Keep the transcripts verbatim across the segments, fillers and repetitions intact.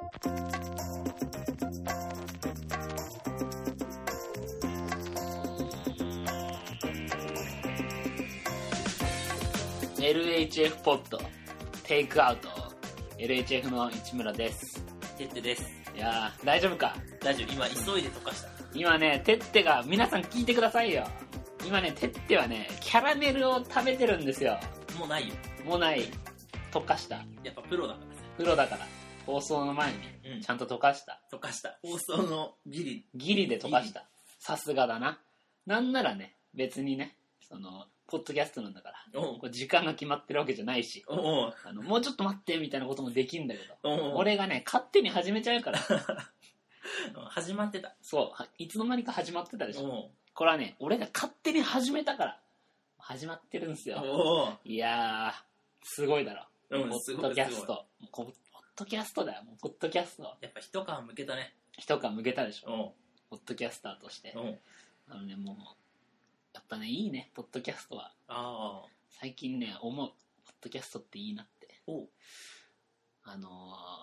エルエイチエフ ポッドテイクアウト エルエイチエフ の市村です。 てってです。 いやー大丈夫か。 大丈夫。今急いで溶かした。 今ねてってが皆さん聞いてくださいよ。今ねてってはねキャラメルを食べてるんですよ。 もうないよ。 もうない溶かした。 やっぱプロだからさ。 プロだから放送の前にちゃんと溶かした、 うん、溶かした放送のギリギリで溶かした。さすがだな。なんならね別にねそのポッドキャストなんだからこれ時間が決まってるわけじゃないし、 おうあのもうちょっと待ってみたいなこともできんだけど、 おう俺がね勝手に始めちゃうから始まってた。 そういつの間にか始まってたでしょ。 おうこれはね俺が勝手に始めたから始まってるんですよ。 おういやーすごいだろ、 うん、 ポッドキャスト。ポッドキャストだよ。もうポッドキャストやっぱ一皮向けたね。 一皮向けたでしょ。 おうポッドキャスターとしておうあのねもうやっぱねいいねポッドキャストは。 ああ最近ね思うポッドキャストっていいなって。 おうあのー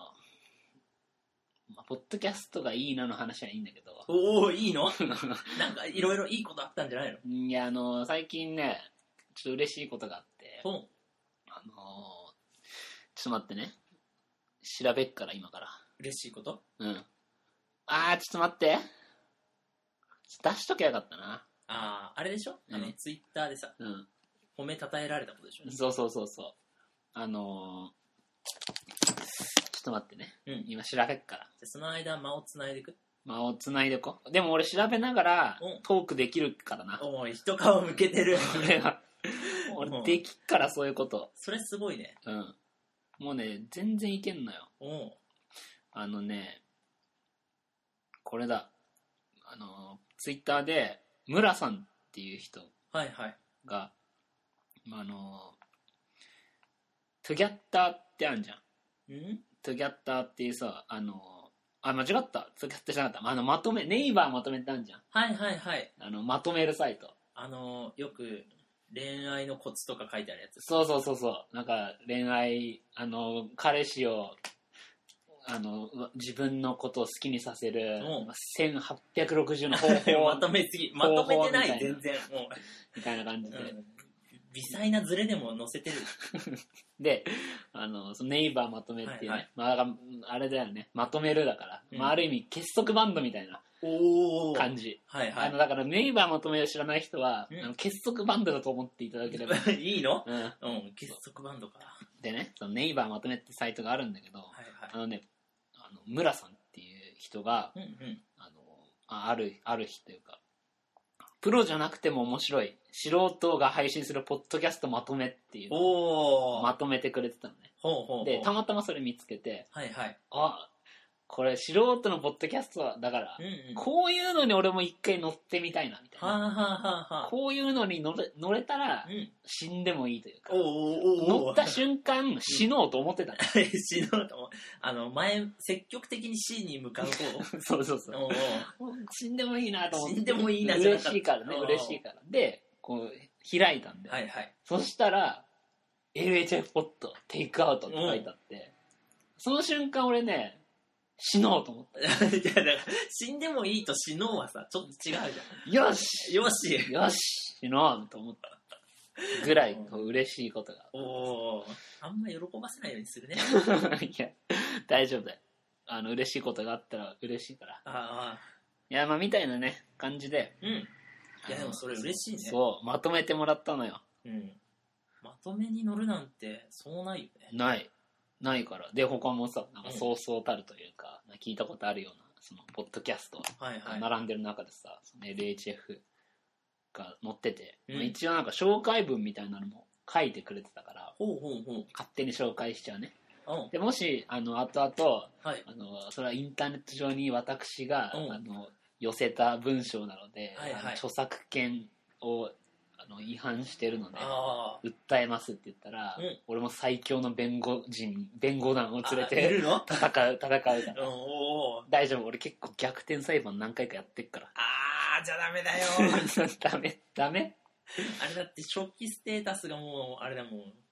まあ、ポッドキャストがいいなの話はいいんだけどおおいいのなんかいろいろいいことあったんじゃないの。 いやあのー、最近ねちょっと嬉しいことがあっておうあのー、ちょっと待ってね調べっから今から。 嬉しいこと。 うんあーちょっと待って出しときゃよかったな。 あああれでしょ、うん、あのツイッターでさ、 うん、 褒めたたえられたことでしょ。 そうそうそうそうあのー、ちょっと待ってね、うん、今調べっから。じゃその間間をつないでいく。 間をつないでこう。でも俺調べながらトークできるからな。 おお一皮向けてる俺は俺できっからそういうこと。 それすごいね。 うんもうね全然いけんのよ。 おあのねこれだあのツイッターで村さんっていう人が、 はいはい、 あのトゥギャッターってあるじゃん。 んトゥギャッターっていうさあのあ間違ったトゥギャッターじゃなかったあのまとめネイバーまとめってあるじゃん。 はいはいはいあのまとめるサイト。 あのよく恋愛のコツとか書いてあるやつ。 そうそうそうそうなんか恋愛あの彼氏をあの自分のことを好きにさせるせんはっぴゃくろくじゅうの方法まとめすぎまとめてない全然もうみたいな感じで、うん、 微細なズレでも載せてるであのそのネイバーまとめっていうね、はいはい、まあ、あれだよねまとめるだから、うんまあ、ある意味結束バンドみたいな感じ、 はいはい、 あのだからネイバーまとめを知らない人は、うん、あの結束バンドだと思っていただければいいの、 うん、うん、 結束バンドか。 でねそのネイバーまとめってサイトがあるんだけど、 はいはい、 あのねあの村さんっていう人が、 うんうん、 あの あ, あるある日というかプロじゃなくても面白い素人が配信するポッドキャストまとめっていうのをまとめてくれてたのね。 ほうほうほうでたまたまそれ見つけて、 はいはい、 あこれ素人のポッドキャストだから、うんうん、こういうのに俺も一回乗ってみたいなみたいな、 はあはあはあ、 こういうのに乗れ、乗れたら、うん、死んでもいいというかおうおうおう乗った瞬間死のうと思ってたの、 うん、死のうと思うあの前積極的に死に向かう方そうそうそうおうおう死んでもいいなと思って死んでもいいな嬉しいからね嬉しいからでこう開いたんで、 はいはい、 そしたら エルエイチエフ ポッドテイクアウトって書いてあって、うん、その瞬間俺ね死のうと思ったいやだから死んでもいいと死のうはさちょっと違うじゃん。 よしよしよし死のうと思ったぐらいこう嬉しいことが。 おおあんま喜ばせないようにするねいや大丈夫だよあの嬉しいことがあったら嬉しいから。 ああいやまあみたいなね感じで、 うん、いやでもそれ嬉しいね。 そうまとめてもらったのよ、 うん、まとめに乗るなんてそうないよね。 ないないからで他もさなんかそうそうたるというか、うん、聞いたことあるようなそのポッドキャストが並んでる中でさ、はいはい、その エルエイチエフ が載ってて、うんまあ、一応なんか紹介文みたいなのも書いてくれてたから、 ほうほうほう勝手に紹介しちゃうね。 うん、 でもしあの後々、 はい、 あのそれはインターネット上に私が、うん、あの寄せた文章なので、 はいはい、 著作権をあの違反してるので訴えますって言ったら、うん、俺も最強の弁護人弁護団を連れて戦う戦うからお大丈夫俺結構逆転裁判何回かやってっから。 あーじゃあダメだよダメダメあれだって初期ステータスがもうあれだもん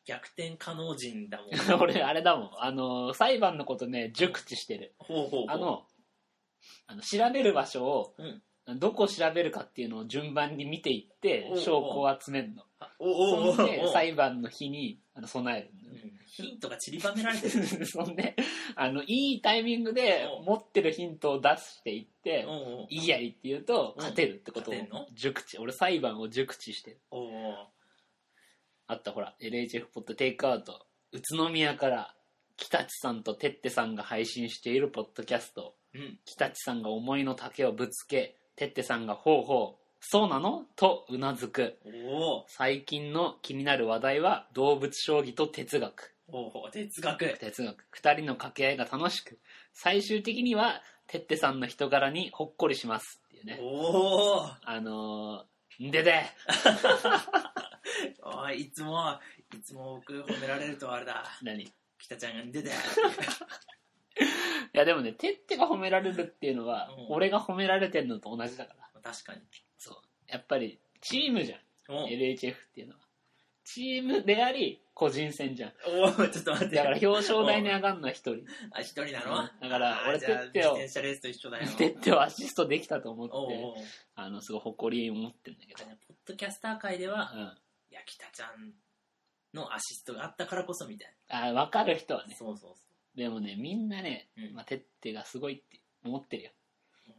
逆転可能人だもん。 俺あれだもん、あの裁判のことね熟知してる。 ほうほうほう。 あのあの調べる場所を、 うん、 どこを調べるかっていうのを順番に見ていって証拠を集めるの。 おおおそんで裁判の日にあの備えるんだよ、 うん、ヒントが散りばめられてる。 そんであのいいタイミングで持ってるヒントを出していっておいいやりって言うと勝てるってことを熟知。俺裁判を熟知してる。 おおあったほら エルエイチエフ ポッドテイクアウト、宇都宮から北地さんとてってさんが配信しているポッドキャスト、うん、北地さんが思いの丈をぶつけ、てってさんがほうほうそうなのとうなずく。お最近の気になる話題は動物将棋と哲学。 おお哲学哲学。二人の掛け合いが楽しく、最終的にはてってさんの人柄にほっこりしますっていうね。 おおあのー、んででおい、いつもいつも僕褒められるとあれだ。 何？ 北ちゃんがんででいやでもね、てってが褒められるっていうのは、うん、俺が褒められてるのと同じだから。 確かに。 そう。やっぱりチームじゃん。エルエイチエフ っていうのは。チームであり、個人戦じゃん。 おお、ちょっと待って。 だから表彰台に上がるのは一人。 あ、一人なの？ だから俺てってを、 自転車レースと一緒だよ。 てってをアシストできたと思って、おうおうあの、すごい誇りを持ってるんだけど。 ポッドキャスター界では、うん、いや、北ちゃんのアシストがあったからこそみたいな。あ、分かる人はね。 そうそうそう。 でもね、みんなね、うんまあ、てってがすごいって思ってるよ。うん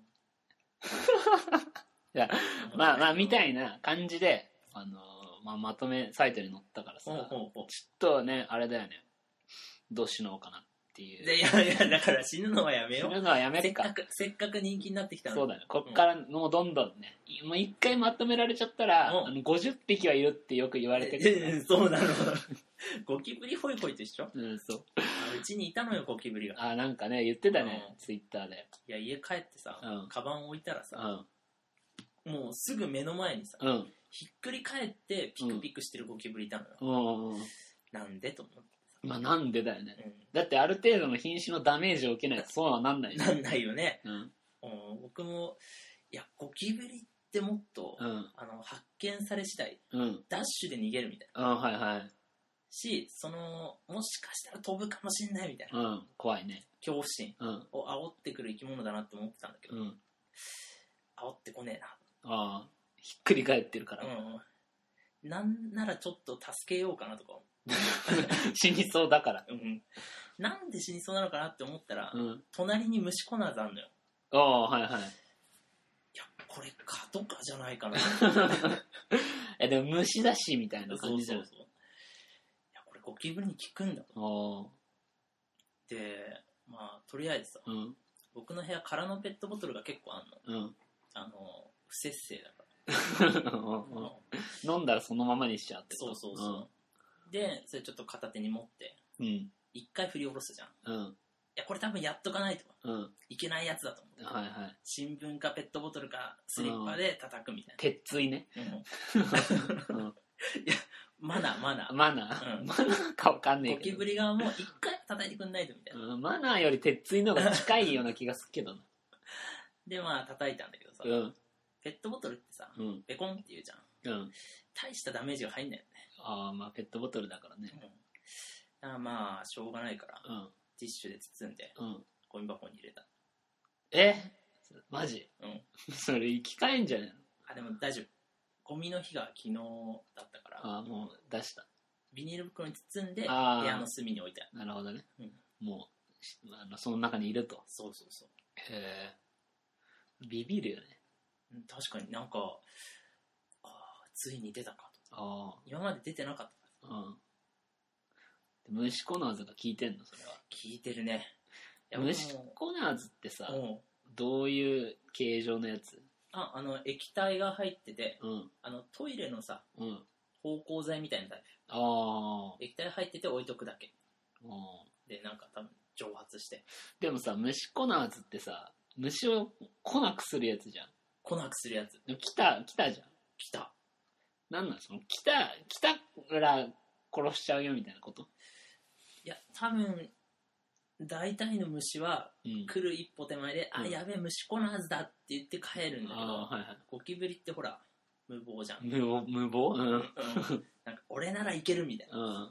いやまあまあみたいな感じで、あのーまあ、まとめサイトに載ったからさ、 ほうほうほうちょっとねあれだよね、どうしのうかなっていう。 いやいやだから死ぬのはやめよう。 死ぬのはやめるか。 せっかくせっかく人気になってきたの。 そうだね。こっからもうどんどんね、うん、もう一回まとめられちゃったら、うん、あのごじゅっぴきはいるってよく言われてる、 ね、そうなの。ゴキブリホイホイと一緒？ うんそう。 うちにいたのよゴキブリが。 あなんかね言ってたね、うん、ツイッターで。 いや家帰ってさ、うん、カバン置いたらさ。 うんもうすぐ目の前にさ、うん、ひっくり返ってピクピクしてるゴキブリいたのよ、うん、なんでと思ってさ。 まあなんでだよね、うん、だってある程度の品種のダメージを受けないとそうはなんないよね。なんないよね、うん、僕もいやゴキブリってもっと、うん、あの発見され次第、うん、ダッシュで逃げるみたいな、 うんはいはい、しそのもしかしたら飛ぶかもしんないみたいな、 うん、怖いね恐怖心を煽ってくる生き物だなって思ってたんだけど、うん、煽ってこねえな。 ああひっくり返ってるから、 うん、なんならちょっと助けようかなとか死にそうだから、 うん、なんで死にそうなのかなって思ったら、うん、隣に虫コナーズあんのよ。 ああはいはい。いやこれ蚊とかじゃないかな。 えでも虫だしみたいな感じじゃん。そうそうそう。いやこれゴキブリに効くんだと。でまあとりあえずさ、うん、僕の部屋空のペットボトルが結構あんの、うん、あの不節制だから飲んだらそのままにしちゃって。 そうそうそう、うん、でそれちょっと片手に持って一、うん、回振り下ろすじゃん、うん、いやこれ多分やっとかないと、うん、いけないやつだと思って、はいはい、新聞かペットボトルかスリッパで叩くみたいな、 鉄槌ね、 うんうん、いやマナーマナーマナー、うん、マナーかわかんねえけどゴキブリ側も一回叩いてくんないとみたいな、 うん、マナーより鉄槌の方が近いような気がするけどな。 でまあ叩いたんだけどさ、うんペットボトルってさ、うん、ペコンって言うじゃん、うん、大したダメージが入んないよね。 ああまあペットボトルだからね、うん、 だからまあしょうがないから、うん、ティッシュで包んで、うん、ゴミ箱に入れた。 えマジ？うんそれ生き返んじゃねえの。 あでも大丈夫、ゴミの日が昨日だったから、 あもう出した。 ビニール袋に包んで部屋の隅に置いてある。 なるほどね、うん、もうあのその中にいると。 そうそうそう。 へえビビるよね。 確かになんかあついに出たかと。あ今まで出てなかったから、 うん、虫コナーズが効いてんのそれは。効いてるね。 虫コナーズってさ、どういう形状のやつ？ ああの液体が入ってて、うん、あのトイレのさ、うん、芳香剤みたいなタイプ。あ液体入ってて置いとくだけでなんか多分蒸発して。 でもさ虫コナーズってさ虫を来なくするやつじゃん。 来なくするやつ。 来た来たじゃん。 来た。 なんなんその来た来たら殺しちゃうよみたいなこと？ いや多分大体の虫は来る一歩手前で、うん、あやべえ虫コナーズだって言って帰るんだけど、はいはい、ゴキブリってほら無謀じゃん。 無謀無謀、うん、 うん、なんか俺ならいけるみたいな、うん、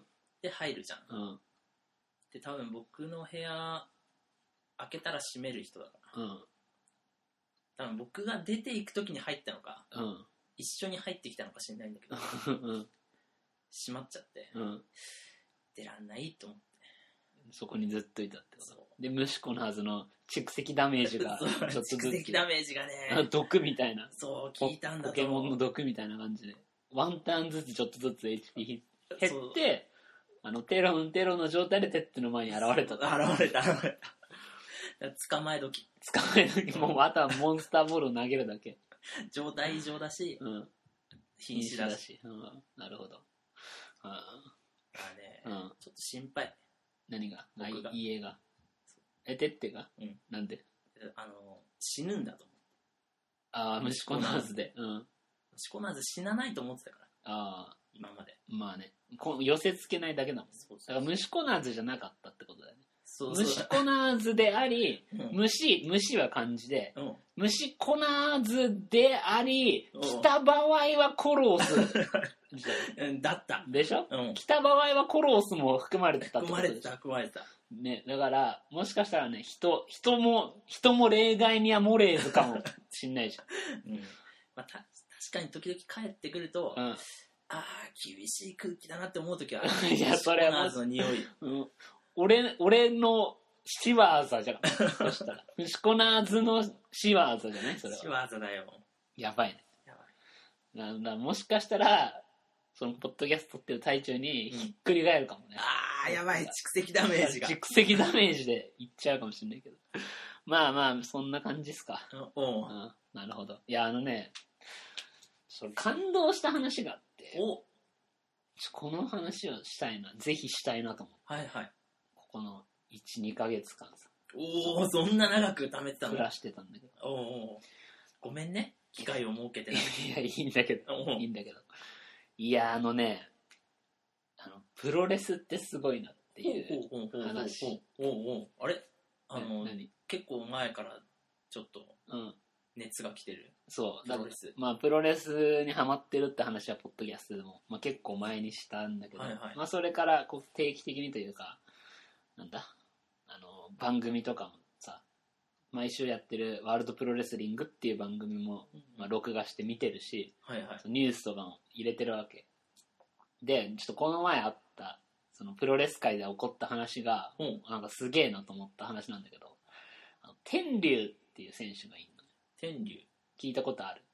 で入るじゃん、うん、で多分僕の部屋開けたら閉める人だから、うん、多分僕が出ていく時に入ったのか、うん、一緒に入ってきたのか知んないんだけど、うん、閉まっちゃって、うん、出らんないと思ってそこにずっといたってことで、虫子のはずの蓄積ダメージがちょっとずつ蓄積ダメージがね毒みたいな、 そう聞いたんだとポケモンの毒みたいな感じでワンターンずつちょっとずつ エイチピー 減ってあのテロンテロの状態でテッテの前に現れた現れた現れた捕まえ時捕まえ時もうあとはモンスターボールを投げるだけ状態異常だし、うん、瀕死だし、 うん、なるほど、 うん、あね、うん、ちょっと心配何が僕が家がえてってが、うん、なんであの死ぬんだと思うああ虫コナーズで、うん、 虫コナーズ死なないと思ってたからああ今までまあねこ寄せつけないだけだもんそうそうそうだから虫コナーズじゃなかったってことだよねそうそう虫コナーズであり、うん、虫虫は漢字で、うん、虫コナーズであり、うん、来た場合はコロースだったでしょ、うん、来た場合はコロースも含まれてたってことでしょ含まれてた含まれてたね、だからもしかしたらね 人, 人も人も例外にはモレーズかもしんないじゃん、うんまあ、た確かに時々帰ってくると、うん、ああ厳しい空気だなって思う時はあるいやそれはの匂い、 うん、俺, 俺のシワーザじゃんそしたら虫コナーズのシワーザじゃないそれはシワーザだよやばいねやばいなんだもしかしたらそのポッドキャスト撮ってる最中にひっくり返るかもね、うん、 ああやばい蓄積ダメージが蓄積ダメージでいっちゃうかもしれないけどまあまあそんな感じですかおう、うん、なるほどいやあのねそれ感動した話があっておこの話をしたいなぜひしたいなと思ってはいはいここの いち,に ヶ月間さおおそんな長く貯めてたの暮らしてたんだけどおおごめんね機会を設けてないやいいんだけどいいんだけどいやあのねあのプロレスってすごいなっていう話おうおうあれあの結構前からちょっと熱が来てる、うん、 そうプロレスまあプロレスにハマってるって話はポッドキャストでも、まあ、結構前にしたんだけど、はいはいまあ、それからこう定期的にというかなんだあの番組とかもさ毎週やってるワールドプロレスリングっていう番組も、まあ、録画して見てるし、はいはい、ニュースとかも入れてるわけでちょっとこの前あったそのプロレス界で起こった話が、うん、なんかすげえなと思った話なんだけどあの天竜っていう選手がいるの。 天竜聞いたことある？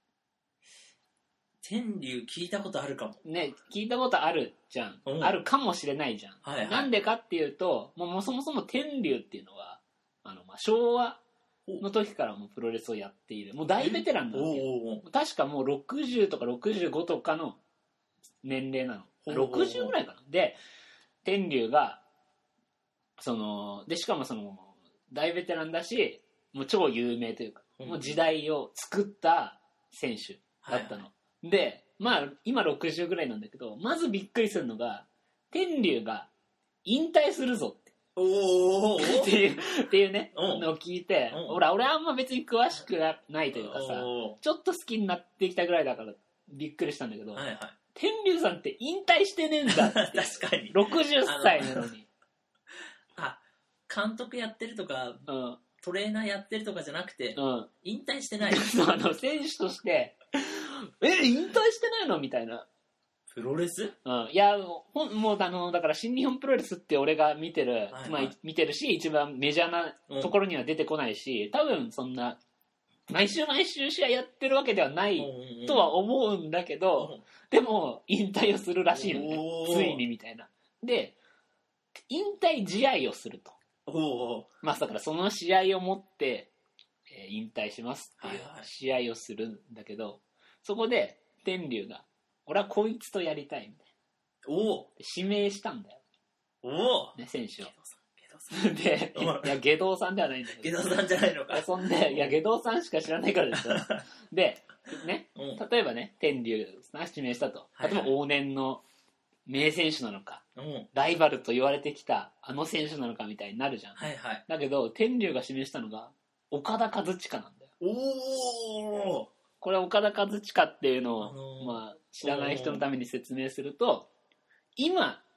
天竜聞いたことあるかもね聞いたことあるじゃん、うん、あるかもしれないじゃん、はいはい、なんでかっていうともうそもそも天竜っていうのはあの、まあ、昭和の時からもプロレスをやっているもう大ベテランなんだけど確かもうろくじゅうとかろくじゅうごとかの年齢なのろくじゅうぐらいかなで天竜がそのでしかもその大ベテランだしもう超有名というか、うん、もう時代を作った選手だったの、はいはい、でまあ今ろくじゅうぐらいなんだけどまずびっくりするのが天竜が引退するぞっておっていうっていうねのを聞いてほら俺あんま別に詳しくないというかさちょっと好きになってきたぐらいだからびっくりしたんだけど、はいはい、天竜さんって引退してねえんだって確かにろくじゅっさいなのにあ監督やってるとか、うん、トレーナーやってるとかじゃなくて、うん、引退してないあの選手としてえ引退してないのみたいなプロレス、 うん、いやほんもうあのだから新日本プロレスって俺が見てる、はいはい、まあ、見てるし一番メジャーなところには出てこないし、うん、多分そんな毎週毎週試合やってるわけではないとは思うんだけど、うん、でも引退をするらしいのねついにみたいなで引退試合をするとまあだからその試合をもって、えー、引退しますっていう試合をするんだけど、はいはい、そこで天竜が俺はこいつとやりたいみたいなお指名したんだよお、ね、選手をでいや下道さんではないんだけど下道さんじゃないのかそんでいや下道さんしか知らないからですよでね例えばね天竜が指名したと例えば往年の名選手なのか、うん、ライバルと言われてきたあの選手なのかみたいになるじゃん、はいはい、だけど天竜が指名したのが岡田和親なんだよおおこれ岡田和親っていうのを、あのーまあ、知らない人のために説明すると今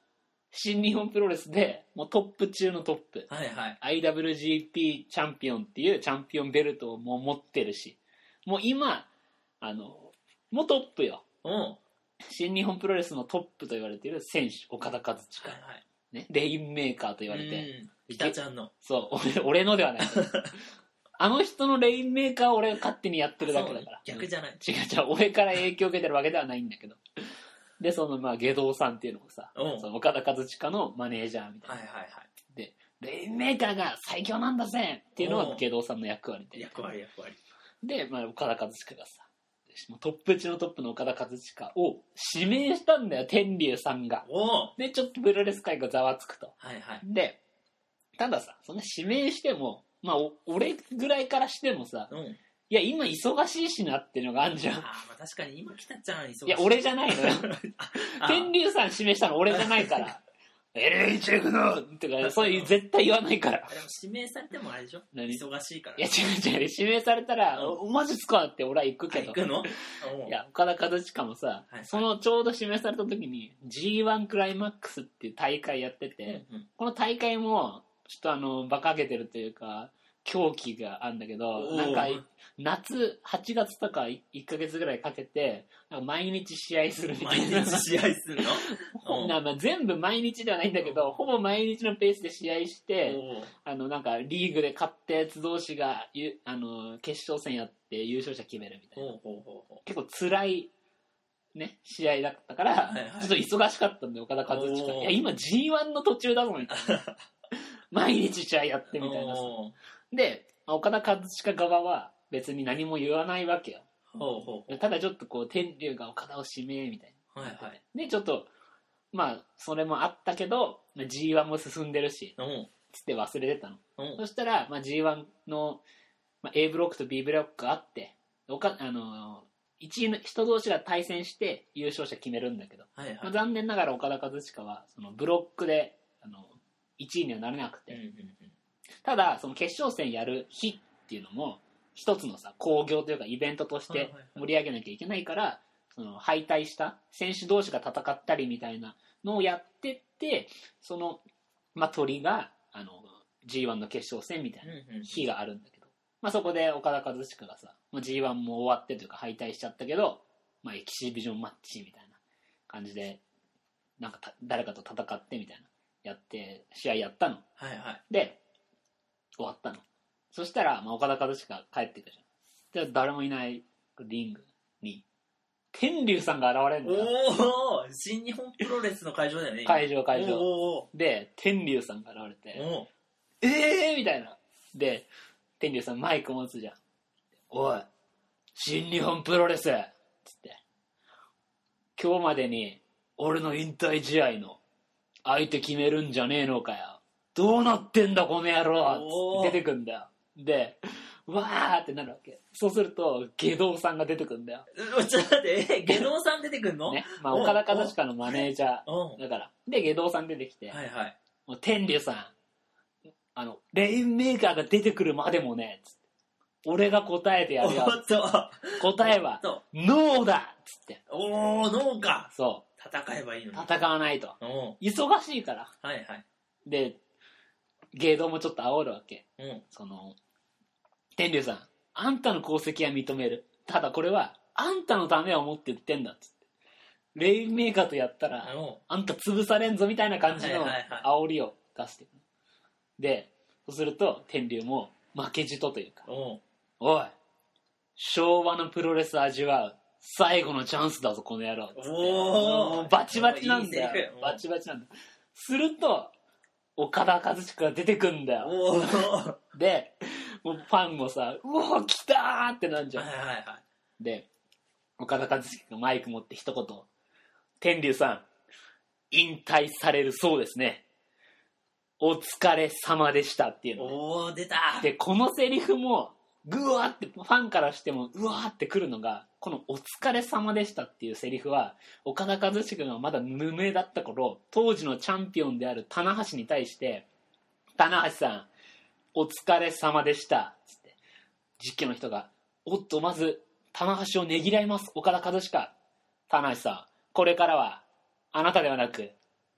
新日本プロレスでもうトップ中のトップ、 はいはい、 アイダブリュージーピー チャンピオンっていうチャンピオンベルトをもう持ってるし、もう今あのもうトップよ。新日本プロレスのトップと言われている選手、岡田和親、はいはいね、レインメーカーと言われて、 イタちゃんの、 そう俺、俺のではないあの人のレインメーカーを俺が勝手にやってるだけだから。 逆じゃない。 違う違う、俺から影響を受けてるわけではないんだけど。で、そのまあ下道さんっていうのもさ、その岡田和親のマネージャーみたいな。はいはいはい。で、レインメーカーが最強なんだぜっていうのは下道さんの役割で。 役割役割。 で、まあ岡田和親がさ、トップ中のトップの岡田和親を指名したんだよ、天竜さんが。で、ちょっとプロレス界がざわつくと。はいはい。で、たださ、そんな指名しても、まあ、俺ぐらいからしてもさ、うん、いや、今忙しいしなっていうのがあるじゃん。あ、 まあ確かに今来たじゃん、忙しい。 いや、俺じゃないのよ。天竜さん指名したの俺じゃないから。エルエイチエフ のってか、そういう絶対言わないから。 でも指名されてもあれでしょ、忙しいから。 いや、違う違う、指名されたら、うん、マジっすかって俺は行くけど。 行くの？ いや、岡田和親もさ、はいはい、そのちょうど指名された時に ジーワン クライマックスっていう大会やってて、うんうん、この大会も、ちょっとあの、馬鹿げてるというか、狂気があるんだけど、なんか、夏、はちがつとかいっかげつぐらいかけて、なんか毎日試合するみたいな。 毎日試合するのなまあ全部毎日ではないんだけど、ほぼ毎日のペースで試合して、あの、なんかリーグで勝ったやつ同士が、あの、決勝戦やって優勝者決めるみたいな。結構辛い、ね、試合だったから、はいはい、ちょっと忙しかったんだよ、岡田和親。いや、今 ジーワン の途中だぞ、みたいな。毎日試合やってみたいな。で、岡田和親側は別に何も言わないわけよ。ほうほうほう、ただちょっとこう天竜が岡田を指名みたいな、はいはい、でちょっとまあそれもあったけど ジーワン も進んでるし、うん、つって忘れてたの、うん、そしたら、まあ、ジーワン の、まあ、A ブロックと B ブロックがあっておかあのいちいの人同士が対戦して優勝者決めるんだけど、はいはい、まあ、残念ながら岡田和親はそのブロックであのいちいにはなれなくて、うんうんうん、ただその決勝戦やる日っていうのも一つのさ興行というかイベントとして盛り上げなきゃいけないから、はいはいはい、その敗退した選手同士が戦ったりみたいなのをやってってその、まあ、鳥があの ジーワン の決勝戦みたいな日があるんだけど、まあ、そこで岡田和親がさ ジーワン も終わってというか敗退しちゃったけど、まあ、エキシビジョンマッチみたいな感じでなんか誰かと戦ってみたいなやって試合やったの、はいはい、で終わったの。そしたら、まあ、岡田和親が帰ってくるじゃん。で誰もいないリングに天竜さんが現れるんだよ。 おー、新日本プロレスの会場だよね。 会場会場で天竜さんが現れてえーみたいなで天竜さんマイク持つじゃん。おい新日本プロレスつって今日までに俺の引退試合の相手決めるんじゃねえのかよ、どうなってんだこの野郎って出てくんだよ。でわーってなるわけ。そうすると下道さんが出てくんだよ。 ちょっと待って下道さん出てくんの、 ね、まあ、岡田和親のマネージャーだからで下道さん出てきて、はいはい、もう天竜さんあのレインメーカーが出てくるまでもねつって俺が答えてやるよ。答えはノーだっつって。 おーノーか。 そう戦えばいいのに戦わないと忙しいから、はいはい、で芸道もちょっと煽るわけ、うん、その天竜さんあんたの功績は認める、ただこれはあんたのためを思って言ってんだっつって、レインメーカーとやったらあんた潰されんぞみたいな感じの煽りを出してくる、でそうすると天竜も負けじとというか、お, おい昭和のプロレス味わう最後のチャンスだぞこの野郎っつって、おバチバチなんだよ、バチバチなんだ。すると岡田和親が出てくんだよ。でもうファンもさうお来たーってなんじゃん、はいはいはい、で岡田和親がマイク持って一言天竜さん引退されるそうですね、お疲れ様でしたっていうの、ね、 おー出た。 でこのセリフもグワーってファンからしてもうわーってくるのがこのお疲れ様でしたっていうセリフは岡田和親がまだ無名だった頃当時のチャンピオンである棚橋に対して棚橋さんお疲れ様でしたつって実況の人がおっとまず棚橋をねぎらいます岡田和親、棚橋さんこれからはあなたではなく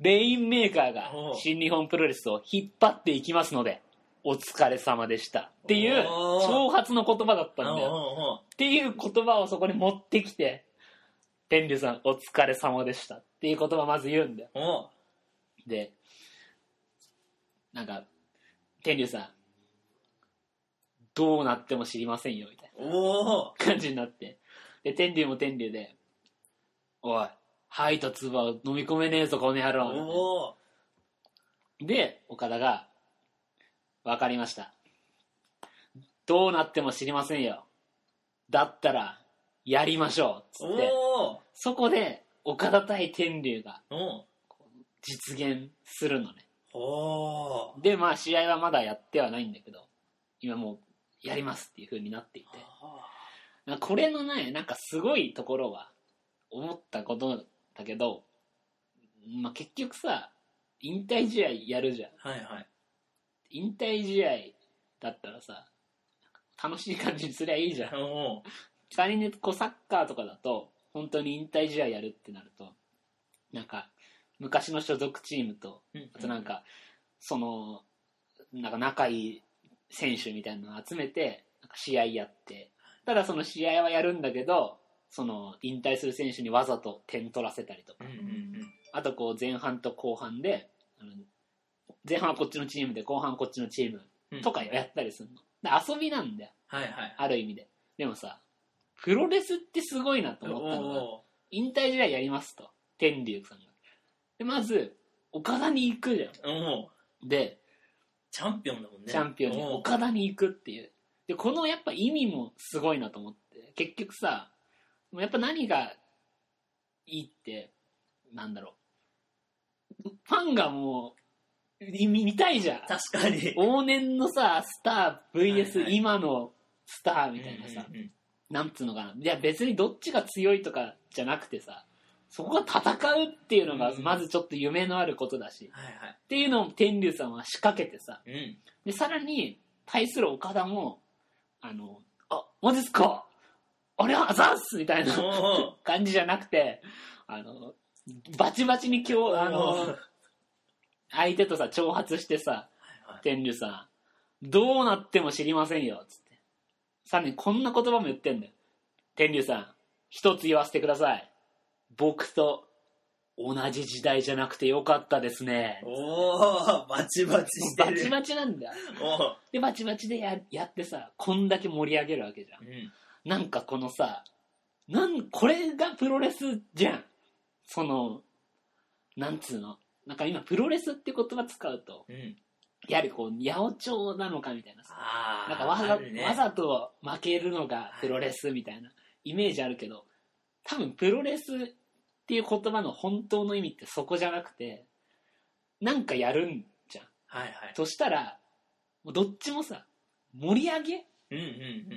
レインメーカーが新日本プロレスを引っ張っていきますのでお疲れ様でしたっていう挑発の言葉だったんだよ。っていう言葉をそこに持ってきて、天竜さんお疲れ様でしたっていう言葉をまず言うんだよ。で、なんか天竜さんどうなっても知りませんよみたいな感じになって、で天竜も天竜で、おいはいと唾を飲み込めねえぞこの野郎で、岡田がわかりました、どうなっても知りませんよ、だったらやりましょうっつって、そこで岡田対天竜が実現するのね。でまあ試合はまだやってはないんだけど、今もうやりますっていう風になっていて、これのねなんかすごいところは思ったことだけど、まあ、結局さ引退試合やるじゃん、はいはい、引退試合だったらさ楽しい感じにすりゃいいじゃん。仮にこうサッカーとかだと本当に引退試合やるってなると、なんか昔の所属チームと、あとなんかそのなんか仲いい選手みたいなのを集めてなんか試合やって、ただその試合はやるんだけど、その引退する選手にわざと点取らせたりとか、うんうんうん、あとこう前半と後半で、あの前半はこっちのチームで後半はこっちのチームとかやったりするの、で遊びなんだよ、はいはい、ある意味で。でもさプロレスってすごいなと思ったのが、引退試合やりますと天竜さんがでまず岡田に行くじゃん。でチャンピオンだもんね。 チャンピオンに岡田に行くっていう、でこのやっぱ意味もすごいなと思って、結局さやっぱ何がいいってなんだろう、ファンがもう見たいじゃん。 確かに往年のさスター ブイエス 今のスターみたいなさ、うんうんうん、なんつうのかな、いや別にどっちが強いとかじゃなくてさ、そこが戦うっていうのがまずちょっと夢のあることだし、うんはいはい、っていうのを天竜さんは仕掛けてさ、うん、でさらに対する岡田もあのあマジっすかあれはあざっすみたいな感じじゃなくて、あのバチバチに今日あの相手とさ挑発してさ、はいはい、天竜さんどうなっても知りませんよっつって、さらにこんな言葉も言ってんだよ。天竜さん一つ言わせてください、僕と同じ時代じゃなくてよかったですね。 おーバチバチしてる。 バチバチなんだよ。でバチバチで や, やってさこんだけ盛り上げるわけじゃん、うん、なんかこのさなんこれがプロレスじゃん。そのなんつうの、なんか今プロレスって言葉使うと、うん、やはりこう八百長なのかみたいなさ、なんかわ ざ,、ね、わざと負けるのがプロレスみたいなイメージあるけど、多分プロレスっていう言葉の本当の意味ってそこじゃなくて、なんかやるんじゃん、はいはい、そしたらもうどっちもさ盛り上げ、うんうんうん、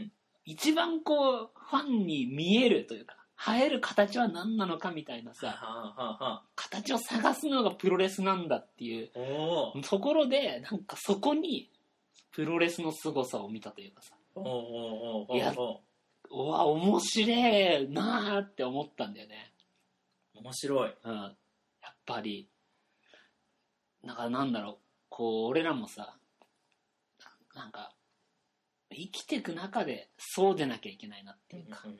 一番こうファンに見えるというか映える形は何なのかみたいなさ、はあはあ、形を探すのがプロレスなんだっていうところで、なんかそこにプロレスの凄さを見たというかさ、おおおおいやうわ面白いなーって思ったんだよね。 面白い、 うん、やっぱりなんかなんだろう、こう俺らもさなんか生きていく中でそうでなきゃいけないなっていうか、うんうんうん、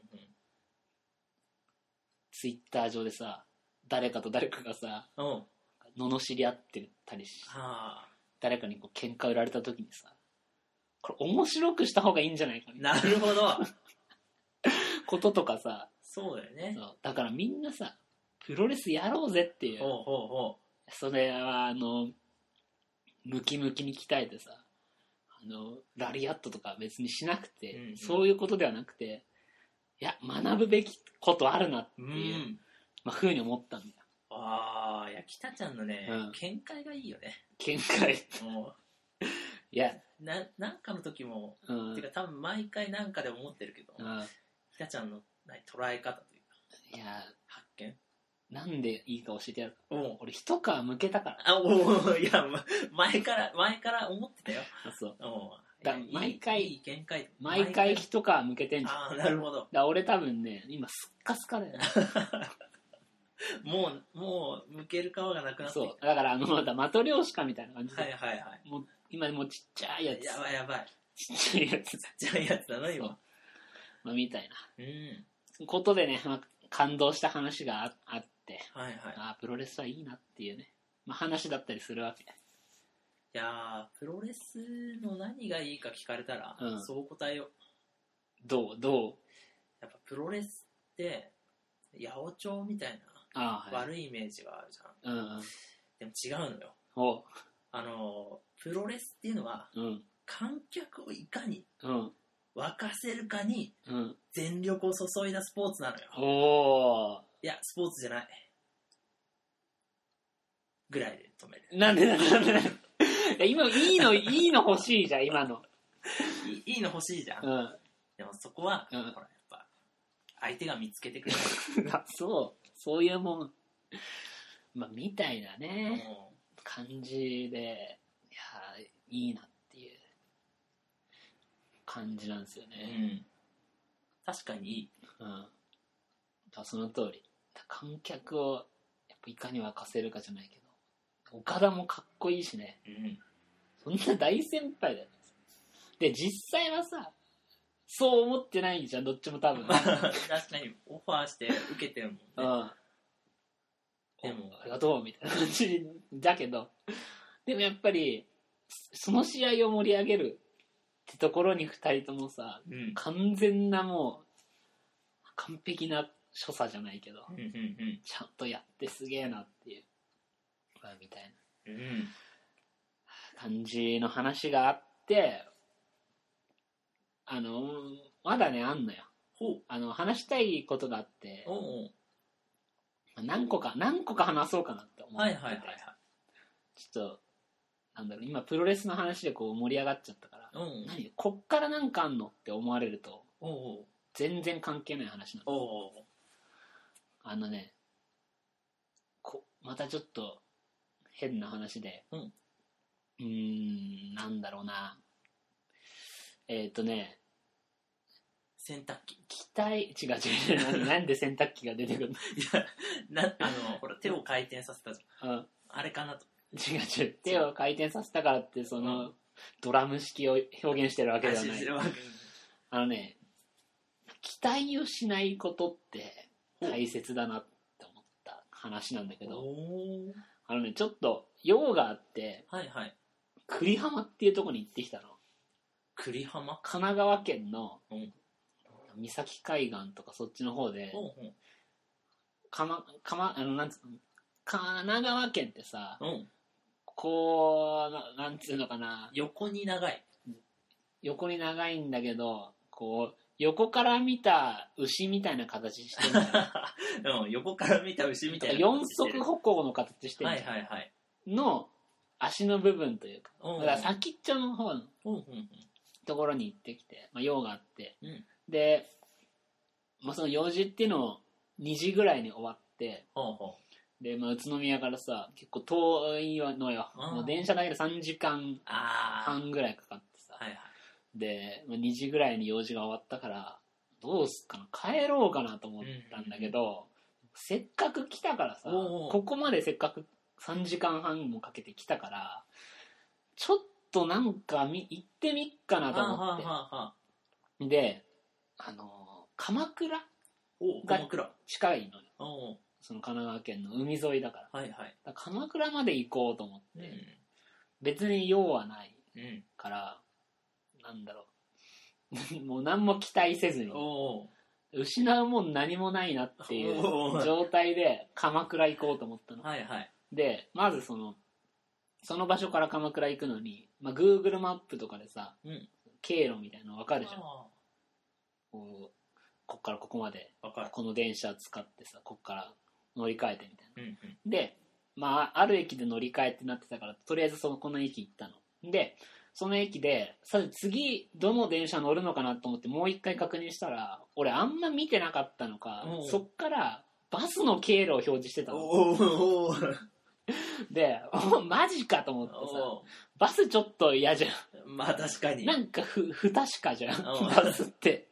ツイッター上でさ誰かと誰かがさ、うん、罵り合ってたりし、はあ、誰かにこう喧嘩売られた時にさ、これ面白くした方がいいんじゃないかみたいな。 なるほどこととかさ、 そうだよね。そうだからみんなさプロレスやろうぜっていう、ほうほうほう、それはあのムキムキに鍛えてさ、あのラリアットとか別にしなくて、うんうん、そういうことではなくて、いや学ぶべきことあるなっていう、うんまあ、ふうに思ったんだよ。 ああ、いや北ちゃんのね、うん、見解がいいよね。 見解もういやななんかの時も、うん、てか多分毎回なんかで思ってるけど、うん、北ちゃんの捉え方というか、いや発見なんでいいか教えてやる。俺一皮むけたから。 あおいや前から前から思ってたよ。そう。 だ毎回いい見解毎回一皮むけてんじゃん。 あなるほど。 だ俺多分ね今スッカスカだよねもうもう向ける皮がなくなってきた。 そうだからあのマトリョーシカみたいな感じで、 はいはいはい、 もう今もうちっちゃいやつ、 やばいやばい、 ちっちゃいやつちっちゃいやつだな今、 まあ、みたいな、 うん、 ことでね、まあ、感動した話が あ, あって、 はいはい、 あプロレスはいいなっていうね、まあ、話だったりするわけ。 いやープロレスの何がいいか聞かれたら、うん、そう答えよう。 どうどうやっぱプロレスって八百長みたいな悪いイメージがあるじゃん、うんうん、でも違うのよ。おあのプロレスっていうのは、うん、観客をいかに沸かせるかに全力を注いだスポーツなのよ、うん、おいやスポーツじゃないぐらいで止める。 なんでなんでなんでなんで今いいのいいの欲しいじゃん今のいいの欲しいじゃん、うん、でもそこは、うん、ほらやっぱ相手が見つけてくれるあそうそういうもん、まあみたいなね、うん、感じでいやいいなっていう感じなんですよね、うん、 確かにいい、うん、 だその通り観客をやっぱいかに沸かせるかじゃないけど岡田もかっこいいしね、うん、そんな大先輩だよ。で実際はさそう思ってないじゃんどっちも多分確かにオファーして受けてるもんね、うん、 でもありがとうみたいな感じだけどでもやっぱりその試合を盛り上げるってところにふたりともさ、うん、完全なもう完璧な所作じゃないけど、うんうんうん、ちゃんとやってすげえなっていうみたいな、うん、感じの話があってあのまだねあんのよ。あの話したいことがあっておうおう何個か何個か話そうかなって思ってて、はいはいはいはい、ちょっとなんだろう今プロレスの話でこう盛り上がっちゃったからおうおう何こっからなんかあんのって思われるとおうおう全然関係ない話なの。おうおうあのねこまたちょっと変な話で、うん、うーんなんだろうなえっ、ー、とね洗濯機機体違う違うなんで洗濯機が出てくるのいやなあのほら手を回転させたじゃん、うん、あれかなと。 違う違う手を回転させたからってその、うん、ドラム式を表現してるわけではない。あのね期待をしないことって大切だなって思った話なんだけどあのねちょっと用があって、はいはい、久里浜っていうところに行ってきたの。 久里浜神奈川県の、うん三崎海岸とかそっちの方で、うんうん、かまかまあのなんつうの神奈川県ってさ、うん、こう な, なんつうのかな横に長い横に長いんだけどこう横から見た牛みたいな形してるんだよ、うん、横から見た牛みたいな四足歩行の形してるんだよ、はいはいはい、の足の部分というか、うんうん、だから先っちょの方のところに行ってきて、まあ、用があって、うんで、まあ、その用事っていうのをにじぐらいに終わって、ほうほうで、まあ、宇都宮からさ結構遠いのよ。もう電車だけでさんじかんはんぐらいかかってさ、はいはい、で、まあ、にじぐらいに用事が終わったからどうすっかな帰ろうかなと思ったんだけど、うんうん、せっかく来たからさおうおうここまでせっかくさんじかんはんもかけて来たからちょっとなんかみ行ってみっかなと思って、はあはあはあ、であの鎌倉が近いのよ。その神奈川県の海沿いだから、はいはい、だから鎌倉まで行こうと思って、うん、別に用はないから、うん、なんだろうもう何も期待せずに失うもん何もないなっていう状態で鎌倉行こうと思ったの、はいはい、でまずそのその場所から鎌倉行くのに、まあ、Google マップとかでさ、うん、経路みたいなの分かるじゃん。こうこっからここまでこの電車使ってさこっから乗り換えてみたいな、うんうん、でまあある駅で乗り換えってなってたからとりあえずそのこの駅行ったのでその駅でさ次どの電車乗るのかなと思ってもう一回確認したら俺あんま見てなかったのかそっからバスの経路を表示してたのおでマジかと思ってさバスちょっと嫌じゃん。 まあ確かになんかふ不確かじゃんバスって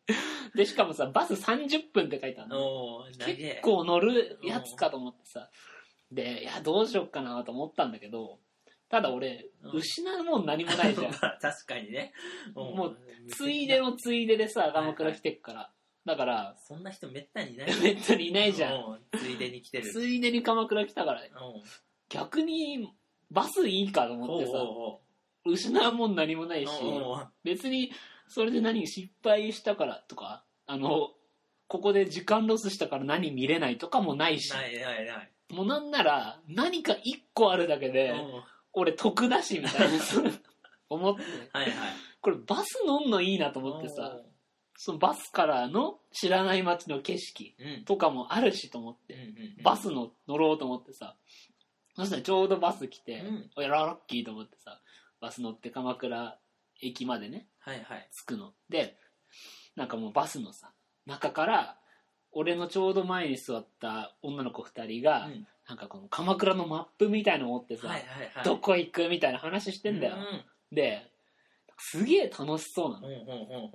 でしかもさバスさんじゅっぷんって書いてあるの。結構乗るやつかと思ってさ、でいやどうしよっかなと思ったんだけど、ただ俺失うもん何もないじゃん。 確かにね。 もうついでのついででさ鎌倉来てっから、はいはい、だからそんな人めったにいない。 めったにいないじゃん。 ついでに来てる。 ついでに鎌倉来たから、逆にバスいいかと思ってさ、おうおうおう失うもん何もないし、おうおう別にそれで何失敗したからとか、あのここで時間ロスしたから何見れないとかもないし、 ないないない。 もうなんなら何かいっこあるだけで俺得だしみたいな思って、はいはい、これバス乗んのいいなと思ってさ、そのバスからの知らない街の景色とかもあるしと思って、うんうんうんうん、バスの乗ろうと思ってさ、そしたらちょうどバス来て、うん、ラッキーと思ってさ、バス乗って鎌倉駅までね、はいはい、着くので、なんかもうバスのさ中から俺のちょうど前に座った女の子ふたりが、うん、なんかこの鎌倉のマップみたいの持ってさ、はいはいはい、どこ行くみたいな話してんだよ、うん、ですげえ楽しそうなの、うんうんうんうん、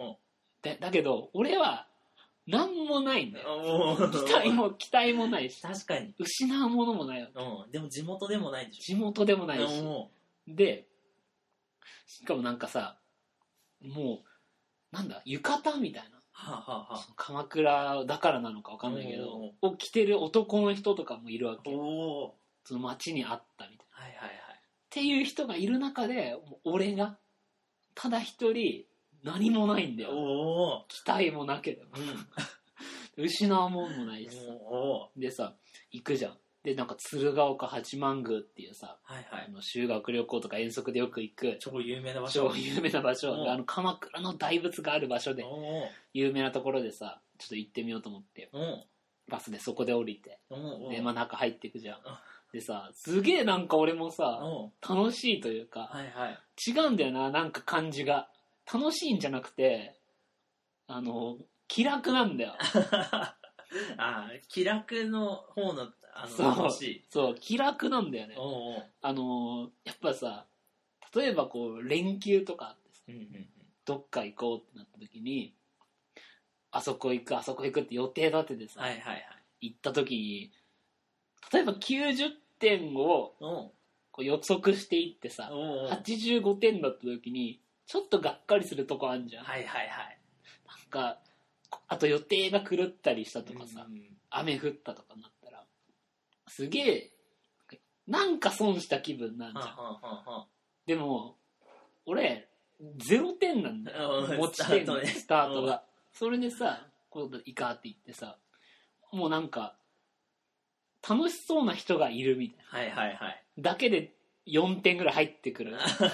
でだけど俺はなんもないんだよ。期待も期待もないし、 確かに失うものもないわけ。 うん、でも地元でもないでしょ。 地元でもないし、でしかもなんかさ、もうなんだ浴衣みたいな、はあはあ、鎌倉だからなのかわかんないけど、を着てる男の人とかもいるわけ。おその街にあったみたいな、はいはいはい、っていう人がいる中で、俺がただ一人何もないんだよ。お期待もなければ、うん、失うもんもないしさ、でさ行くじゃん。でなんか鶴岡八幡宮っていうさ、はいはい、あの修学旅行とか遠足でよく行く超有名な場所、 超有名な場所、あの鎌倉の大仏がある場所で有名なところでさ、ちょっと行ってみようと思ってバスでそこで降りて、で、まあ、中入っていくじゃん。でさ、すげえなんか俺もさ楽しいというか、はいはい、違うんだよな、なんか感じが楽しいんじゃなくて、あの気楽なんだよ。 あ、気楽の方のあの楽しい。 そう、気楽なんだよね。おうおう、あのやっぱさ、例えばこう連休とかあってさ、うんうんうん、どっか行こうってなった時に、あそこ行くあそこ行くって予定立ててさ、はいはいはい、行った時に、例えばきゅうじゅってんをこう予測していってさ、おうおうはちじゅうごてんだった時にちょっとがっかりするとこあんじゃん。はいはいはい。なんかあと予定が狂ったりしたとかさ、うんうん、雨降ったとかなったらすげえなんか損した気分なんじゃん。ははははでも俺ゼロてんなんだよ。持ち点のスタートが。それでさ、こういいかって言ってさ、もうなんか楽しそうな人がいるみたいな。はいはいはい。だけでよんてんぐらい入ってくる。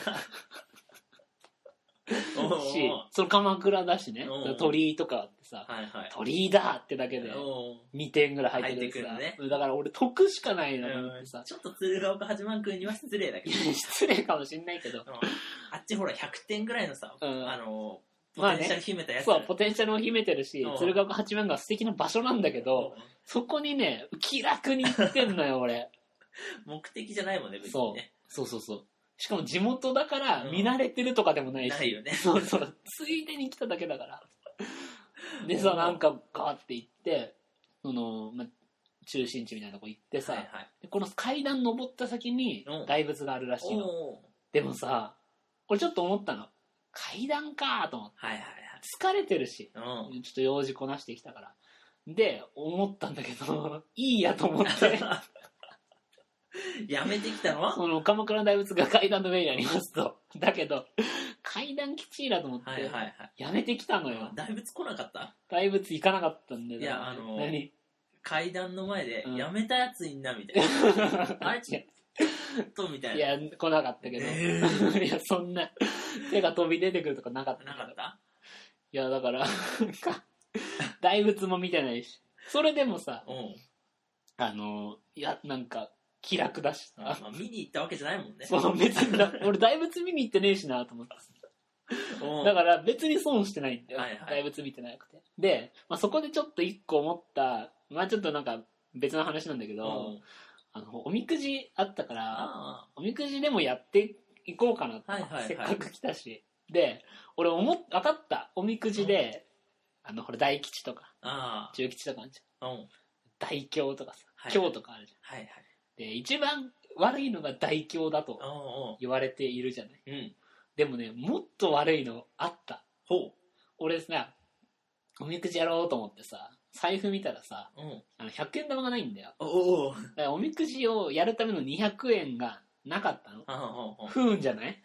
し、その鎌倉だしね、鳥居とかあってさ、はいはい、鳥居だってだけでにてんぐらい入ってくるさ、ね、だから俺得しかないなと思ってさ、 ちょっと鶴岡八幡宮には失礼だけど失礼かもしんないけど、 あっちほらひゃくてんぐらいのさ、うん、あのポテンシャル秘めたやつ、 まあね、そうポテンシャルを秘めてるし、鶴岡八幡宮は素敵な場所なんだけど、そこにね気楽に行ってんのよ俺。 目的じゃないもんね別にね。 そうそうそうそう、しかも地元だから見慣れてるとかでもないし、うん、ないよね。そうそう、ついでに来ただけだから。でさ、なんかガーって行ってその、ま、中心地みたいなとこ行ってさ、はいはい、でこの階段登った先に大仏があるらしいの。でもさ、俺ちょっと思ったの、階段かと思って、はいはいはい、疲れてるし、ちょっと用事こなしてきたからで思ったんだけどいいやと思ってやめてきたの？ その鎌倉の大仏が階段の上にありますと。だけど階段きちいなと思って、はいはいはい、やめてきたのよ。 大仏来なかった？ 大仏行かなかったんで。 いや、あのー、何階段の前で、うん、やめたやついんなみたいな。あれちょっとみたいな。 いや来なかったけど、えー、いやそんな手が飛び出てくるとかなかった。 なかった？ いやだから大仏も見てないし、それでもさ、うん、あのー、いやなんか気楽だしさ、 まあ、見に行ったわけじゃないもんね。 そう別に俺大仏見に行ってねえしなと思ってだから別に損してないんだよ、はいはい、大仏見てなくて。で、まあ、そこでちょっと一個思った、まあちょっとなんか別の話なんだけど、あのおみくじあったからおみくじでもやっていこうかなと、はいはいはい、せっかく来たし。で俺思っ分かった、おみくじであのほら大吉とか中吉とかあるじゃん、うん、大凶とかさ、はい、凶とかあるじゃん、はいはい、で一番悪いのが大凶だと言われているじゃない、うん、でもねもっと悪いのあった。ほう。俺さおみくじやろうと思ってさ財布見たらさ、うん、あのひゃくえん玉がないんだよ。おお。だからおみくじをやるためのにひゃくえんがなかったの。不運じゃない？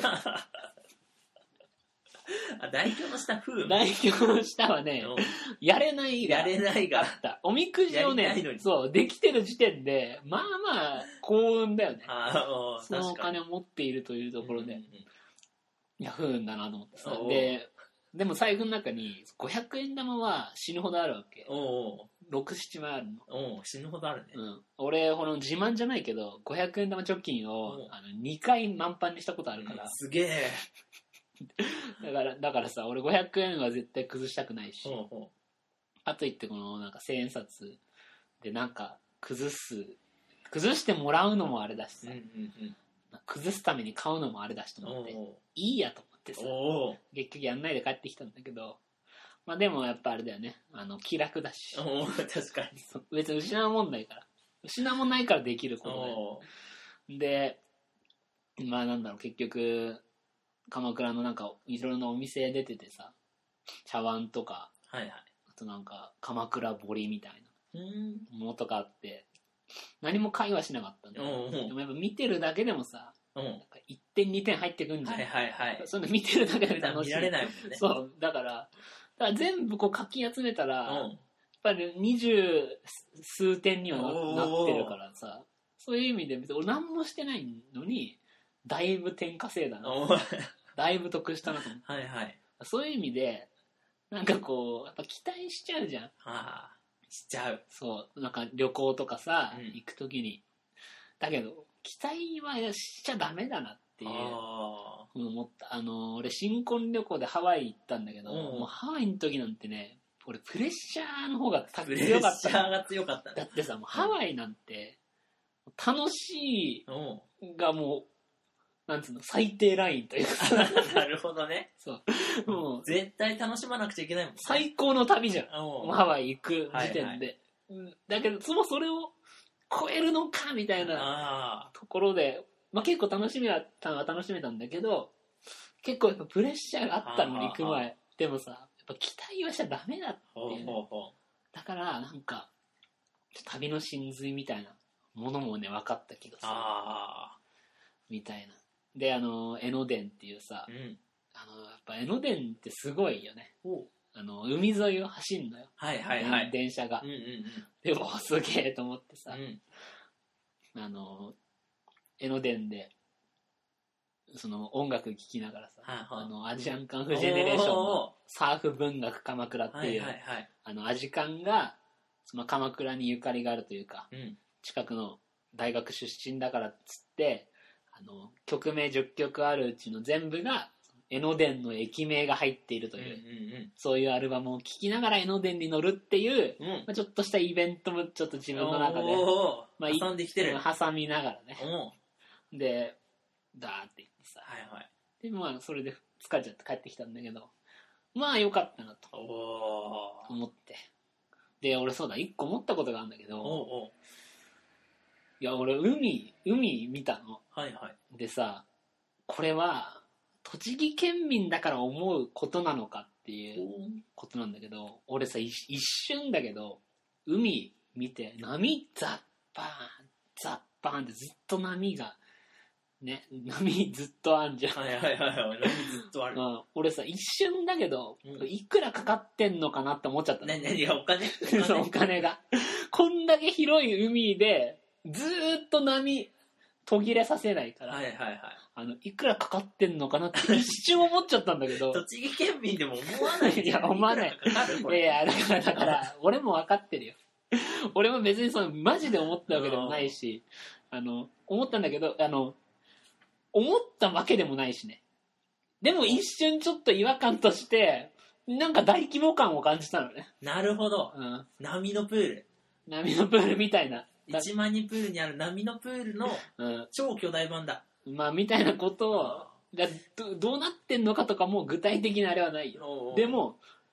あ、大凶の下不運。 大凶の下はね、やれないがやれないがあった。おみくじをね、そうできてる時点でまあまあ幸運だよね。あそのお金を持っているというところで、うんうんうん、いや不運だなと思ってさ。で。でも財布の中にごひゃくえん玉は死ぬほどあるわけ。おうおうろく、ななまいあるの。 おう死ぬほどあるね。 うん。俺、この自慢じゃないけど、ごひゃくえん玉貯金をあのにかい満帆にしたことあるから。うん、 すげえ。 だから、だからさ、俺ごひゃくえんは絶対崩したくないし。おうおうあと言ってこのなんかせんえん札でなんか崩す、崩してもらうのもあれだしさ、うんうんうん、崩すために買うのもあれだしと思って、おうおういいやと思って。ってさ結局やんないで帰ってきたんだけど、まあでもやっぱあれだよね、あの気楽だし、 お確かに別に失うもんないから失うもんないからできることで、でまあなんだろう結局鎌倉のなんかいろいろなお店出ててさ、茶碗とか、はいはい、あとなんか鎌倉彫みたいなものとかあって何も会話しなかったんだよ。でもやっぱ見てるだけでもさ、うん、なんかいってんにてん入ってくんじゃん、はいはいはい、そんな見てるだけで楽しい。 見られないもんね。 そうだから、だから全部こうかき集めたら、うん、やっぱり二十数点には な, なってるからさ、そういう意味で別に俺何もしてないのにだいぶ点稼いだなだいぶ得したなと思って、はいはい、そういう意味でなんかこうやっぱ期待しちゃうじゃん。はあ、しちゃう。 そうなんか旅行とかさ、うん、行くときにだけど期待はしちゃダメだなっていう思った。あの俺新婚旅行でハワイ行ったんだけど、うん、もうハワイの時なんてね俺プレッシャーの方が強かった。プレッシャーが強かった、ね、 だってさもうハワイなんて楽しいがもうなんつうの最低ラインというかなるほどね。 そうもう絶対楽しまなくちゃいけないもん、ね、 最高の旅じゃんハワイ行く時点で、はいはい、だけどそのそれを超えるのかみたいなところで、まあ、結構楽しみは楽しめたんだけど結構やっぱプレッシャーがあったのに行く前でもさやっぱ期待はしちゃダメだっていう、ね、ほうほうほうだからなんか旅の真髄みたいなものもね分かった気がするみたいな。であの江ノ電っていうさ、うん、あのやっぱ江ノ電ってすごいよね。あの海沿いを走んのよ、はいはいはい、電車が、うんうんうん、でもすげえと思ってさ、うん、あの江ノ電でその音楽聴きながらさ、はあはあ、あのアジアンカンフジェネレーションのサーフ文学鎌倉っていう、はいはいはい、あのアジカンがその鎌倉にゆかりがあるというか、うん、近くの大学出身だからっつってあの曲名じゅっきょくあるうちの全部が江ノ電の駅名が入っているという、うんうんうん、そういうアルバムを聴きながら江ノ電に乗るっていう、うんまあ、ちょっとしたイベントもちょっと自分の中で、 まあ、挟んできてる挟みながらねでダーって言ってさ、はいはい、でまあそれで疲れちゃって帰ってきたんだけどまあよかったなと思って、で俺そうだいっこ思ったことがあるんだけど、おうおういや俺海海見たの、はいはい、でさこれは栃木県民だから思うことなのかっていうことなんだけど、俺さ 一, 一瞬だけど海見て波ザッバーンザッバーンってずっと波がね波ずっとあんじゃん。 はいはいはいはい波ずっとある、うん、 俺さ一瞬だけど、うん、いくらかかってんのかなって思っちゃったの。 ねねいやお金お金お金がこんだけ広い海でずーっと波途切れさせないから、はいはいはい、あのいくらかかってんのかなって一瞬思っちゃったんだけど栃木県民でも思わないいや思わないいやいやだからだから俺も分かってるよ俺も別にそのマジで思ったわけでもないしあの思ったんだけどあの思ったわけでもないしね。でも一瞬ちょっと違和感としてなんか大規模感を感じたのね。 なるほど、うん、波のプール波のプールみたいないちまんにんプールにある波のプールの超巨大版だ、 うん、まあみたいなことをが ど, どうなってんのかとかも具体的なあれはないよ。でも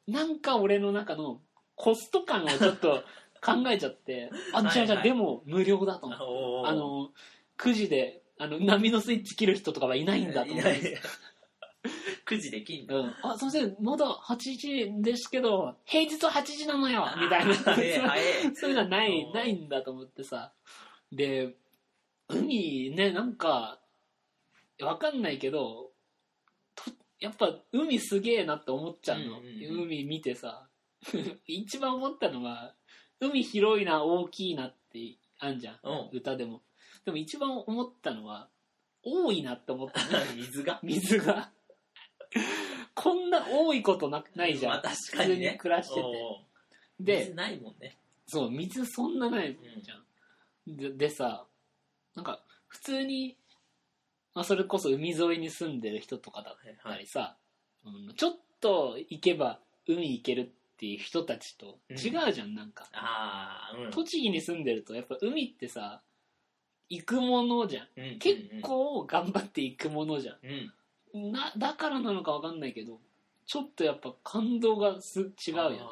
なんか俺の中のコスト感をちょっと考えちゃってあ、じゃあじゃあでも無料だと思って、はいはい、あのくじであの波のスイッチ切る人とかはいないんだと思って。 くじで切んだ、 うん、あ、すいませんまだはちじですけど平日ははちじなのよみたいなそういうのはないないんだと思ってさ。で海ね、なんかわかんないけどとやっぱ海すげえなって思っちゃうの、うんうんうん、海見てさ一番思ったのは海広いな大きいなってあんじゃん、うん、歌でも。でも一番思ったのは多いなって思ったね水が水がこんな多いこと な, ないじゃん、まあ、 確かにね、 普通に暮らしてて。で水ないもんね。 そう水そんなないじゃん、うん、で, でさなんか普通に、まあ、それこそ海沿いに住んでる人とかだったりさ、はいはい、うん、ちょっと行けば海行けるっていう人たちと違うじゃん、うん、なんかあ、うん、 栃木に住んでるとやっぱ海ってさ行くものじゃん、うん、結構頑張って行くものじゃん、うん、なだからなのか分かんないけどちょっとやっぱ感動がす違うよね。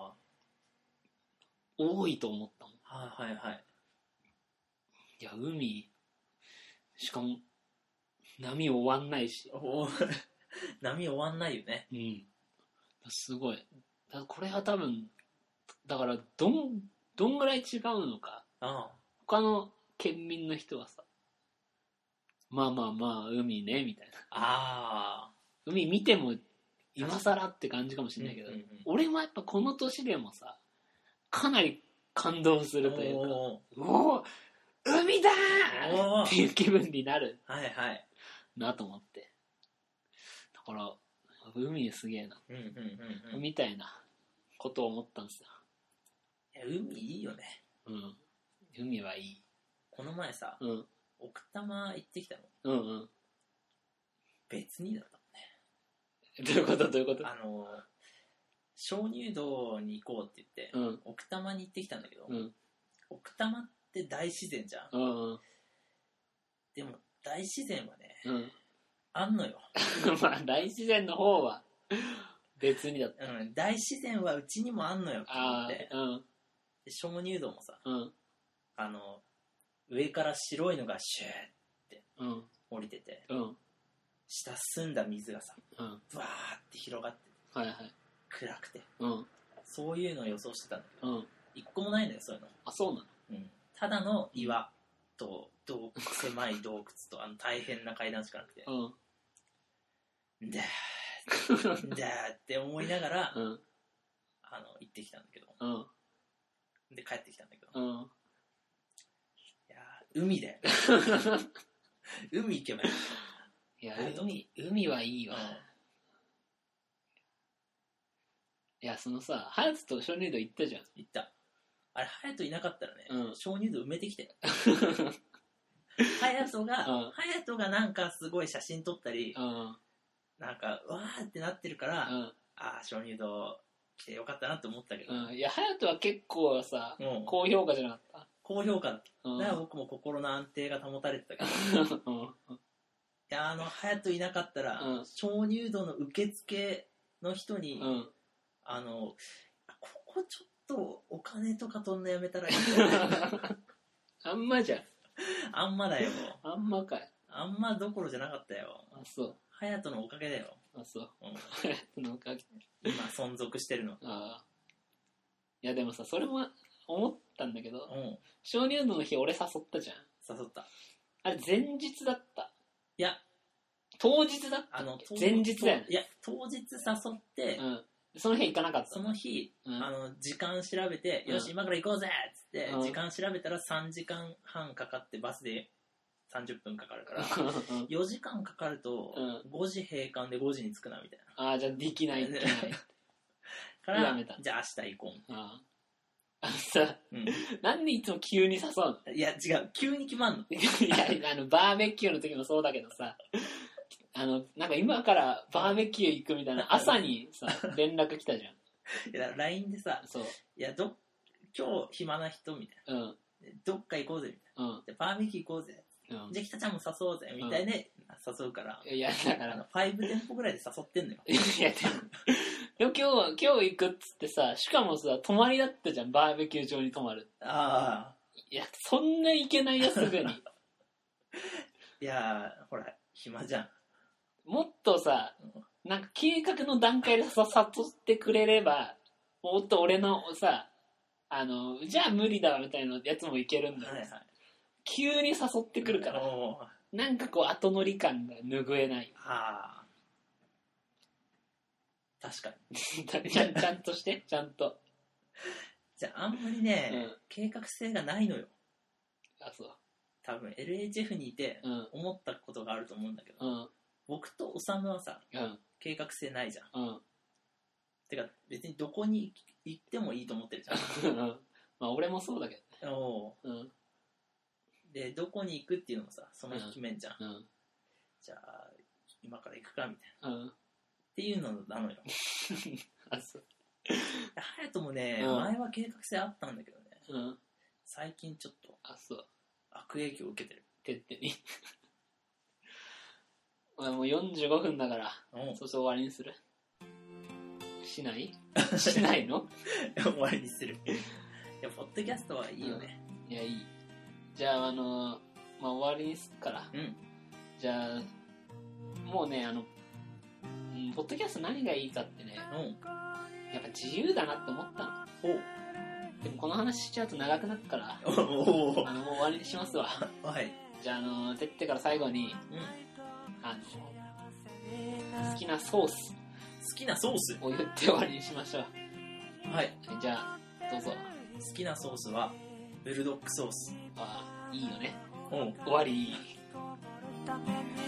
多いと思ったもん。 はいはいはい。 いや海しかも波終わんないし波終わんないよね。 うん。すごい。だこれは多分だからどんどんぐらい違うのか。ああ他の県民の人はさ、まあまあまあ海ねみたいな。ああ。海見ても今更って感じかもしれないけど、うんうんうん、俺もやっぱこの年でもさ、かなり感動するというか、おお海だーっていう気分になる。 はいはい。 なと思って。だから海すげえな、うんうんうんうん、みたいなことを思ったんですよ。 いや海いいよね。 うん。海はいい。 この前さ、うん、奥多摩行ってきたの。 うんうん。 別にだったもんね。どういうことどういうこと？ あの鍾乳洞に行こうって言って、うん、奥多摩に行ってきたんだけど、うん、奥多摩って大自然じゃん。うんうん、でも大自然はね、うん、あんのよ。 まあ大自然の方は別にだった、 うん、大自然はうちにもあんのよって思って、うん、で鍾乳洞もさ、うん、あの上から白いのがシューって降りてて、うん、下澄んだ水がさ、うん、ブワーって広がって、はいはい、暗くて、うん、そういうのを予想してたんだけど、うん、一個もないのよそういうの。 あ、そうなの、 うん、ただの岩と洞狭い洞窟とあの大変な階段しかなくて、うん、だーだーって思いながら、うん、あの行ってきたんだけど、うん、で帰ってきたんだけど、うん、いや海だよ海行けばいい。 いや海海はいいわ、うん、いやそのさハヤトと鍾乳洞行ったじゃん。 行った。あれハヤトいなかったらね、うん、鍾乳洞埋めてきてハヤトが、うん、ハヤトがなんかすごい写真撮ったり、うん、なんかわーってなってるから、うん、あー鍾乳洞来てよかったなって思ったけど、 うん、いやハヤトは結構さ、うん、高評価じゃなかった？ 高評価だった、うん、だから僕も心の安定が保たれてたけど、うん、いやあのハヤトいなかったら、うん、鍾乳洞の受付の人に、うん、あのここちょっとお金とか取んのやめたらいいあんまじゃん。 あんまだよ。 あんまかい。 あんまどころじゃなかったよ。 あ、そう。 ハヤトのおかげだよ。 あ、そう。ハヤトのおかげ。 今存続してるの。ああ。いやでもさ、それも思ったんだけど、鍾乳洞の日俺誘ったじゃん。 誘った。 あれ前日だった。 いや、 当日だった。あの前日だよね。 いや、当日誘って、うん、 その日行かなかった。 その日、うん、あの時間調べて、うん、よし今から行こうぜっつって、うん、時間調べたらさんじかんはんかかってバスでさんじゅっぷんかかるからよじかんかかるとごじ閉館でごじに着くなみたいな。ああ、じゃあできないできないからやめた。じゃあ明日行こう。ああさ、うん、なんでいつも急に誘うの？ いや違う、急に決まんの。いやあのバーベキューの時もそうだけどさ、あのなんか今からバーベキュー行くみたいな朝にさ連絡来たじゃん。 いや ライン でさ、そういやど今日暇な人みたいな、うん、どっか行こうぜみたいな、うん、でバーベキュー行こうぜ、うん、じゃあ北ちゃんも誘おうぜみたいで、うん、誘うから、 いやだからあのご店舗ぐらいで誘ってんのよ。いやでもでも今日は今日行くっつってさ、しかもさ泊まりだったじゃん、バーベキュー場に泊まる。ああ、いやそんな行けないよすぐに。 いやーほら暇じゃん。 もっとさ、なんか計画の段階でさ誘ってくれれば、もっと俺のさ、あのじゃあ無理だみたいなやつもいけるんだけど、はいはい、急に誘ってくるから、なんかこう後乗り感が拭えない。はあ、 確かに。 ちゃんちゃんとしてちゃんと。 じゃああんまりね、うん、計画性がないのよ。 あ、そう。 多分 エルエイチエフ にいて思ったことがあると思うんだけど、うん、僕とおさむはさ、うん、計画性ないじゃん。うん、てか別にどこに行ってもいいと思ってるじゃん。 まあ俺もそうだけどね。おう、うん、でどこに行くっていうのもさ、その日決めんじゃん。うん、じゃあ今から行くかみたいな。うん、っていうのなのよ。あ、そう。ハヤトもね、うん、前は計画性あったんだけどね、うん、最近ちょっとあ、そう、 悪影響を受けてる。 てってに。もうよんじゅうごふんだから、うん、そうそう終わりにする。しないしないの終わりにする。いや、ポッドキャストはいいよね。 うん、いや、いい。じゃあ、あのー、まあ、終わりにすっから。うん。じゃあ、もうね、あの、うん、ポッドキャスト何がいいかってね、うん、やっぱ自由だなって思ったの。おでもこの話しちゃうと長くなるから、おあのもう終わりにしますわ。はい。じゃあ、あのてってから最後に、うん、あの好きなソース好きなソースを言って終わりにしましょう。はい。じゃあどうぞ。 好きなソースはブルドックソース。 ああ、いいよね。うん。終わり。